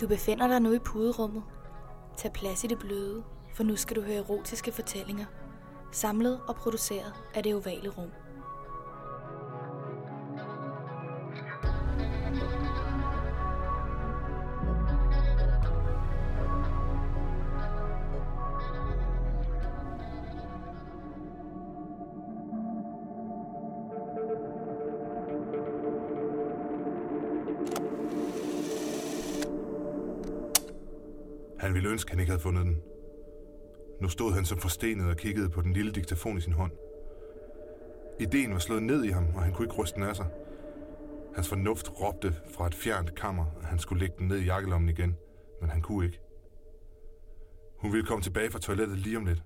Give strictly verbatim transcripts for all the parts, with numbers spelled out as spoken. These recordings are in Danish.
Du befinder dig nu i puderummet. Tag plads i det bløde, for nu skal du høre erotiske fortællinger, samlet og produceret af Det Ovale Rum. Han ville ønske, han ikke havde fundet den. Nu stod han som forstenet og kiggede på den lille diktafon i sin hånd. Ideen var slået ned i ham, og han kunne ikke ryste den af sig. Hans fornuft råbte fra et fjernt kammer, at han skulle lægge den ned i jakkelommen igen, men han kunne ikke. Hun ville komme tilbage fra toilettet lige om lidt.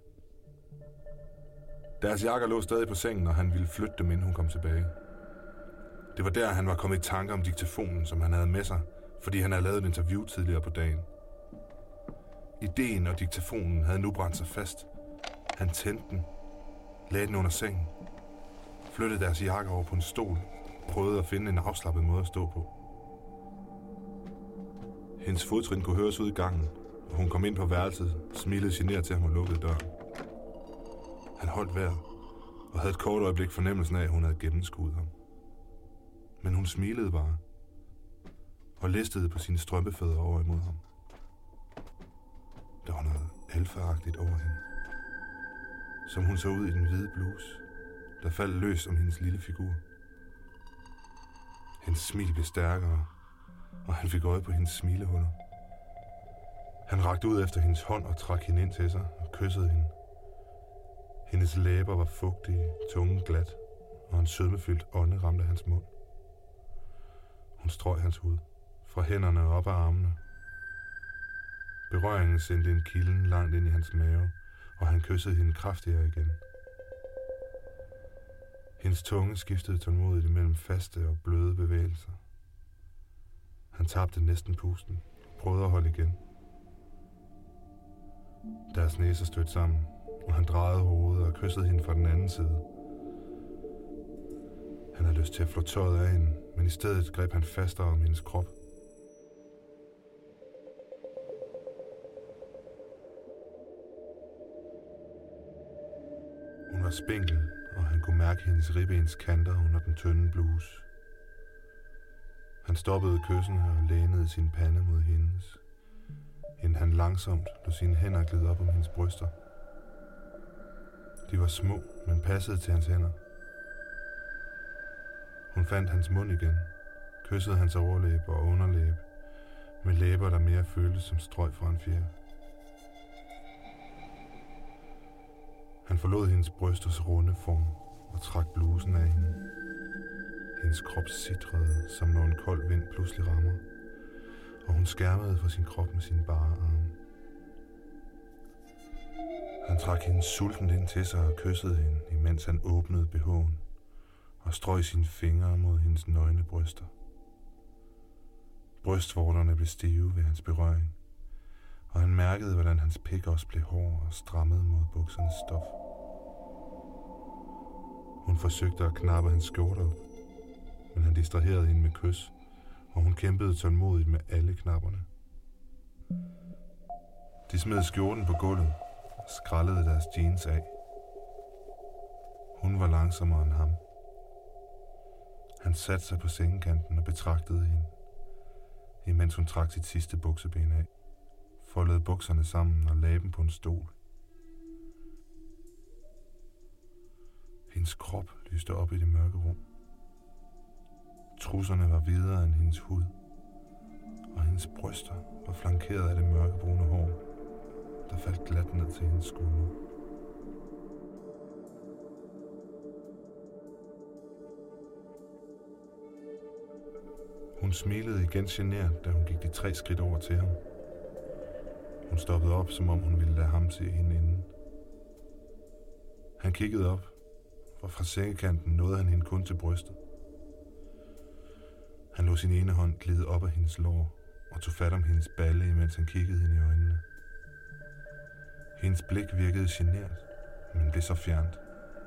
Deres jakker lå stadig på sengen, og han ville flytte dem, inden hun kom tilbage. Det var der, han var kommet i tanke om diktafonen, som han havde med sig, fordi han havde lavet et interview tidligere på dagen. Ideen og diktafonen havde nu brændt sig fast. Han tændte den, lagde den under sengen, flyttede deres jakker over på en stol, prøvede at finde en afslappet måde at stå på. Hendes fodtrin kunne høres ud i gangen, og hun kom ind på værelset, smilede genert til ham og lukkede døren. Han holdt vejret og havde et kort øjeblik fornemmelsen af, at hun havde gennemskuet ham. Men hun smilede bare og listede på sine strømpefødder over imod ham. Der var noget alfaagtigt over hende, som hun så ud i den hvide bluse, der faldt løs om hendes lille figur. Hendes smil blev stærkere, og han fik øje på hendes smilehuller. Han rakte ud efter hendes hånd og trak hende ind til sig og kyssede hende. Hendes læber var fugtige, tungen glat, og en sødmefyldt ånde ramte hans mund. Hun strøg hans hud, fra hænderne og op ad armene. Berøringen sendte en kilden langt ind i hans mave, og han kyssede hende kraftigere igen. Hendes tunge skiftede tålmodigt imellem faste og bløde bevægelser. Han tabte næsten pusten, prøvede at holde igen. Deres næser stødte sammen, og han drejede hovedet og kyssede hende fra den anden side. Han havde lyst til at flå tøjet af hende, men i stedet greb han fastere om hendes krop. Hun var spinkel, og han kunne mærke hendes ribbens kanter under den tynde bluse. Han stoppede kyssene og lænede sin pande mod hendes, inden han langsomt lod sine hænder glide op om hendes bryster. De var små, men passede til hans hænder. Hun fandt hans mund igen, kyssede hans overlæbe og underlæbe, med læber, der mere føltes som strøg fra en fjer. Han forlod hendes brysters runde form og trak blusen af hende. Hendes krop sitrede, som når en kold vind pludselig rammer, og hun skærmede for sin krop med sine bare arme. Han trak hende sultent ind til sig og kyssede hende, imens han åbnede B H'en og strøg sine fingre mod hendes nøgne bryster. Brystvorterne blev stive ved hans berøring, og han mærkede, hvordan hans pik også blev hård og strammede mod buksernes stof. Hun forsøgte at knappe hans skjorte op, men han distraherede hende med kys, og hun kæmpede tålmodigt med alle knapperne. De smed skjorten på gulvet og skrællede deres jeans af. Hun var langsommere end ham. Han satte sig på sengekanten og betragtede hende, imens hun trak sit sidste bukseben af, foldede bukserne sammen og lagde dem på en stol. Hendes krop lyste op i det mørke rum. Trusserne var hvidere end hendes hud, og hendes bryster var flankeret af det mørkebrune hår, der faldt glat ned til hendes skuldre. Hun smilede igen genert, da hun gik de tre skridt over til ham. Hun stoppede op, som om hun ville lade ham se hende inden. Han kiggede op, og fra sengekanten nåede han hende kun til brystet. Han lod sin ene hånd glide op af hendes lår og tog fat om hendes balle, imens han kiggede hende i øjnene. Hendes blik virkede genert, men blev så fjernt.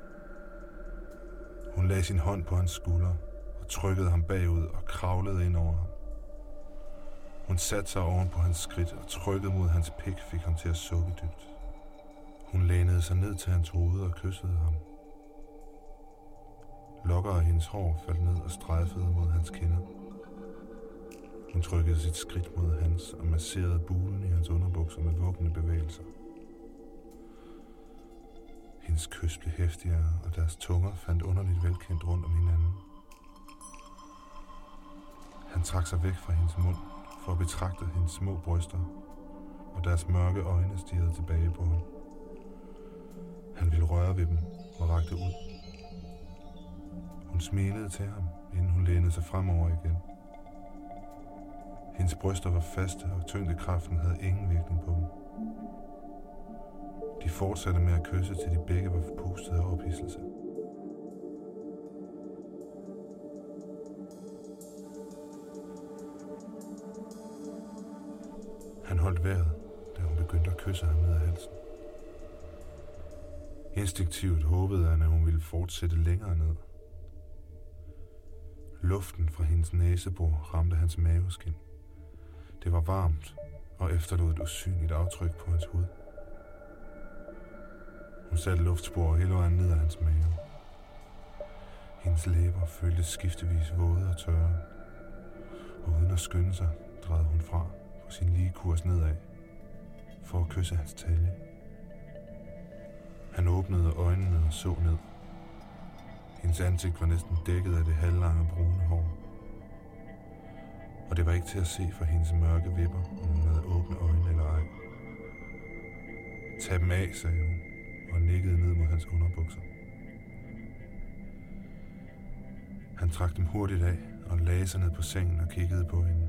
Hun lagde sin hånd på hans skulder og trykkede ham bagud og kravlede ind over ham. Hun satte sig oven på hans skridt, og trykket mod hans pik fik ham til at sukke dybt. Hun lænede sig ned til hans hoved og kyssede ham. Lokker af hendes hår faldt ned og strejfede mod hans kinder. Hun trykkede sit skridt mod hans og masserede bulen i hans underbukser med vuggende bevægelser. Hendes kys blev heftigere, og deres tunger fandt underligt velkendt rundt om hinanden. Han trak sig væk fra hendes mund for at betragte hendes små bryster, og deres mørke øjne stirrede tilbage på ham. Han ville røre ved dem og rakte ud. Hun smilede til ham, inden hun lænede sig fremover igen. Hendes bryster var faste, og tyngdekraften havde ingen virkning på dem. De fortsatte med at kysse, til de begge var forpustede af ophidselse. Han holdt vejret, da hun begyndte at kysse ham ned ad halsen. Instinktivt håbede han, at hun ville fortsætte længere ned. Luften fra hendes næsebor ramte hans maveskin. Det var varmt og efterlod et usynligt aftryk på hans hud. Hun satte luftspor hele vejen ned ad hans mave. Hendes læber føltes skiftevis våde og tørre, og uden at skynde sig, drejede hun fra på sin lige kurs nedad for at kysse hans talje. Han åbnede øjnene og så ned. Hendes ansigt var næsten dækket af det halvlange brune hår. Og det var ikke til at se for hendes mørke vipper, om hun havde åbne øjne eller ej. Tag dem af, sagde hun, og nikkede ned mod hans underbukser. Han trak dem hurtigt af og lagde sig ned på sengen og kiggede på hende.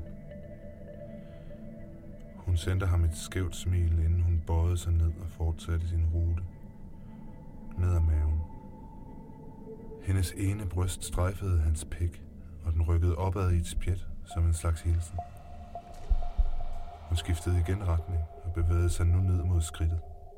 Hun sendte ham et skævt smil, inden hun bøjede sig ned og fortsatte sin rute ned ad maven. Hendes ene bryst strejfede hans pik, og den rykkede opad i et spjæt som en slags hilsen. Hun skiftede igen retning og bevægede sig nu ned mod skridtet.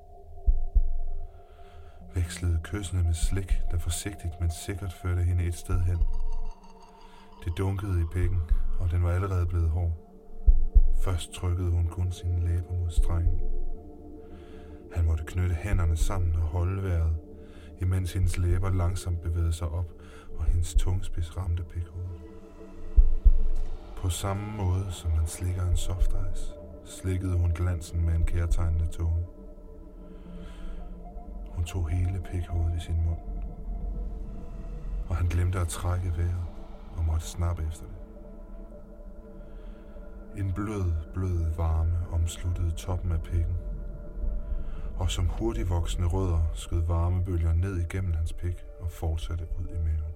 Vekslede kyssene med slik, der forsigtigt, men sikkert førte hende et sted hen. Det dunkede i pikken, og den var allerede blevet hård. Først trykkede hun kun sine læber mod strengen. Han måtte knytte hænderne sammen og holde vejret, imens hendes læber langsomt bevægede sig op, og hendes tungspids ramte pikhovedet. På samme måde, som man slikker en softice, slikkede hun glansen med en kærtegnende tunge. Hun tog hele pikhovedet i sin mund, og han glemte at trække vejret og måtte snappe efter det. En blød, blød varme omsluttede toppen af pikken, og som hurtigt voksende rødder skød varmebølger ned igennem hans pik og fortsatte ud i maven.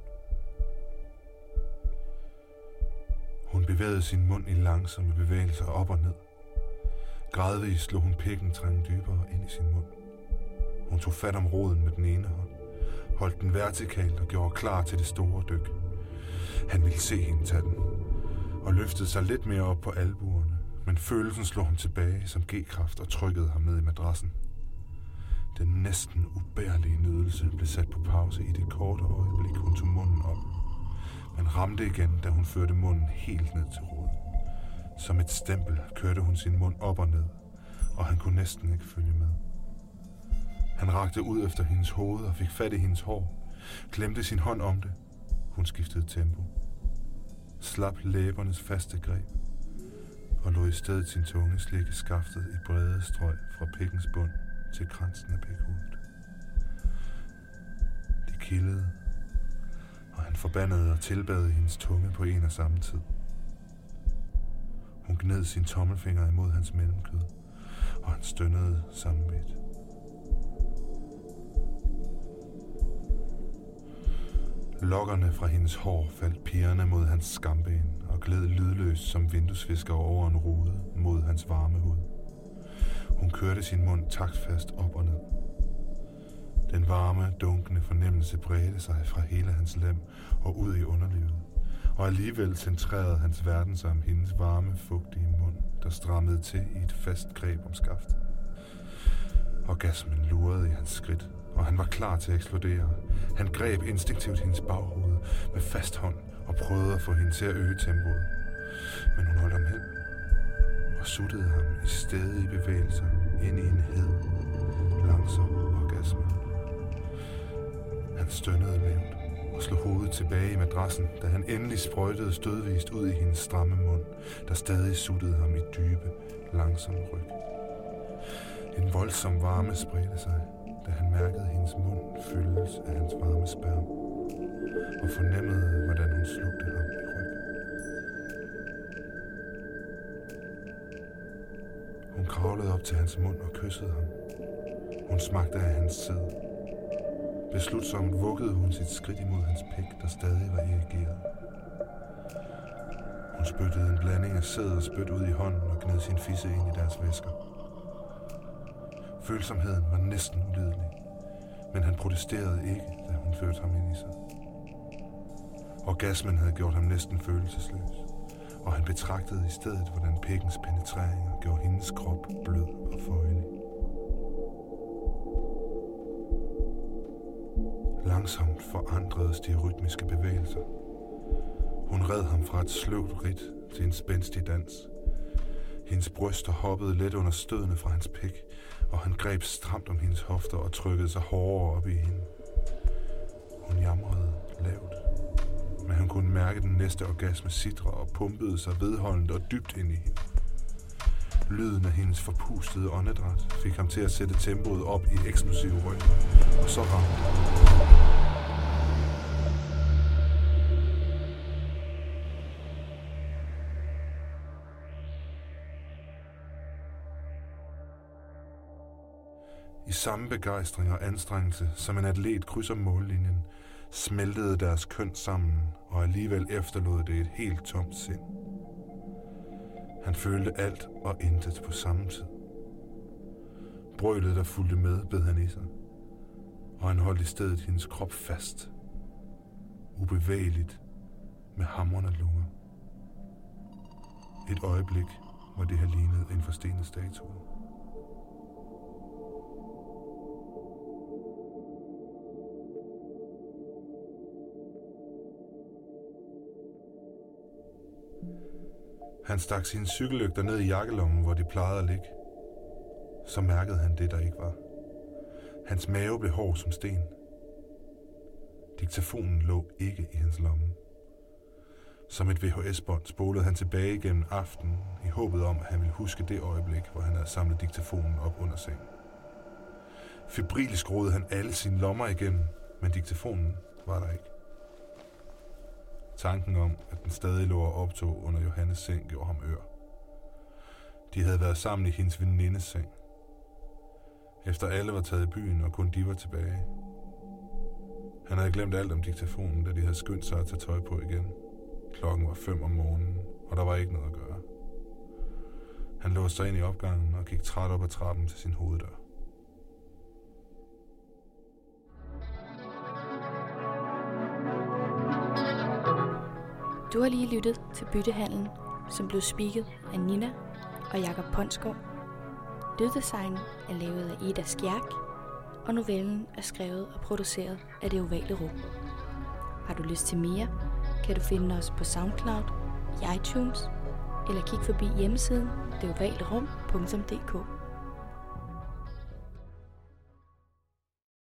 Hun bevægede sin mund i langsomme bevægelser op og ned. Gradvist slog hun pikken trænge dybere ind i sin mund. Hun tog fat om roden med den ene hånd, holdt den vertikalt og gjorde klar til det store dyk. Han ville se hende tage den, og løftede sig lidt mere op på albuerne, men følelsen slog ham tilbage som G-kraft og trykkede ham ned i madrassen. Den næsten ubærlige nydelse blev sat på pause i det korte øjeblik, hun tog munden op, men ramte igen, da hun førte munden helt ned til roden. Som et stempel kørte hun sin mund op og ned, og han kunne næsten ikke følge med. Han rakte ud efter hendes hoved og fik fat i hendes hår, glemte sin hånd om det. Hun skiftede tempo, slap læbernes faste greb og lod i stedet sin tunge slikke skaftet i brede strøg fra pikkens bund til kransen af pikhovedet. Det kildede, og han forbandede og tilbad hendes tunge på en og samme tid. Hun gned sin tommelfinger imod hans mellemkød, og han stønnede sammenbidt. Lokkerne fra hendes hår faldt pirrende mod hans skamben og gled lydløst som vinduesvisker over en rude mod hans varme hud. Hun kørte sin mund taktfast op og ned. Den varme, dunkende fornemmelse bredte sig fra hele hans lem og ud i underlivet, og alligevel centrerede hans verden sig om hendes varme, fugtige mund, der strammede til i et fast greb om skaftet. Orgasmen lurede i hans skridt, og han var klar til at eksplodere. Han greb instinktivt hendes baghoved med fast hånd og prøvede at få hende til at øge tempoet. Men hun holdt ham hen. og suttede ham i stædige bevægelser ind i en hed, langsom orgasme. Han stønnede lavt og slog hovedet tilbage i madrassen, da han endelig sprøjtede stødvist ud i hendes stramme mund, der stadig suttede ham i dybe, langsomme ryg. En voldsom varme spredte sig, da han mærkede hendes mund fyldes af hans varme sperm, og fornemmede, hvordan hun slugte ham i ryg. Hun kravlede op til hans mund og kyssede ham. Hun smagte af hans sæd. Beslutsomt vuggede hun sit skridt imod hans pik, der stadig var erigeret. Hun spyttede en blanding af sæd og spyt ud i hånden og gned sin fisse ind i deres væsker. Følsomheden var næsten ulidelig, men han protesterede ikke, da hun førte ham ind i sig. Orgasmen havde gjort ham næsten følelsesløs, og han betragtede i stedet, hvordan pikkens penetreringer gjorde hendes krop blød og føjelig. Langsomt forandredes de rytmiske bevægelser. Hun red ham fra et sløvt ridt til en spændstig dans. Hendes bryster hoppede let under stødene fra hans pik, og han greb stramt om hendes hofter og trykkede sig hårdere op i hende. Hun jamrede lavt, men han kunne mærke den næste orgasme sidre og pumpede sig vedholdende og dybt ind i hende. Lyden af hendes forpustede åndedræt fik ham til at sætte tempoet op i eksplosiv ryg, og så ramte det. I samme begejstring og anstrengelse, som en atlet krydser mållinjen, smeltede deres køn sammen, og alligevel efterlod det et helt tomt sind. Han følte alt og intet på samme tid. Brølet, der fulgte med, bed han i sig, og han holdt i stedet hendes krop fast, ubevægeligt, med hamrende lunger. Et øjeblik, hvor det havde lignet en forstenet statue. Han stak sine cykellygter ned i jakkelommen, hvor de plejede at ligge. Så mærkede han det, der ikke var. Hans mave blev hård som sten. Diktafonen lå ikke i hans lomme. Som et V H S-bånd spolede han tilbage gennem aftenen i håbet om, at han ville huske det øjeblik, hvor han havde samlet diktafonen op under sengen. Febrilsk rodede han alle sine lommer igennem, men diktafonen var der ikke. Tanken om, at den stadig lå og optog under Johannes seng, gjorde ham ør. De havde været sammen i hendes venindes seng. Efter alle var taget i byen, og kun de var tilbage. Han havde glemt alt om diktafonen, da de havde skyndt sig at tage tøj på igen. Klokken var fem om morgenen, og der var ikke noget at gøre. Han låste sig ind i opgangen og gik træt op ad trappen til sin hoveddør. Du har lige lyttet til Byttehandlen, som blev speaket af Nina og Jakob Ponsgaard. Lyddesignen er lavet af Ida Skjærk, og novellen er skrevet og produceret af Det Ovale Rum. Har du lyst til mere, kan du finde os på SoundCloud, i iTunes, eller kig forbi hjemmesiden det ovale rum punktum d k.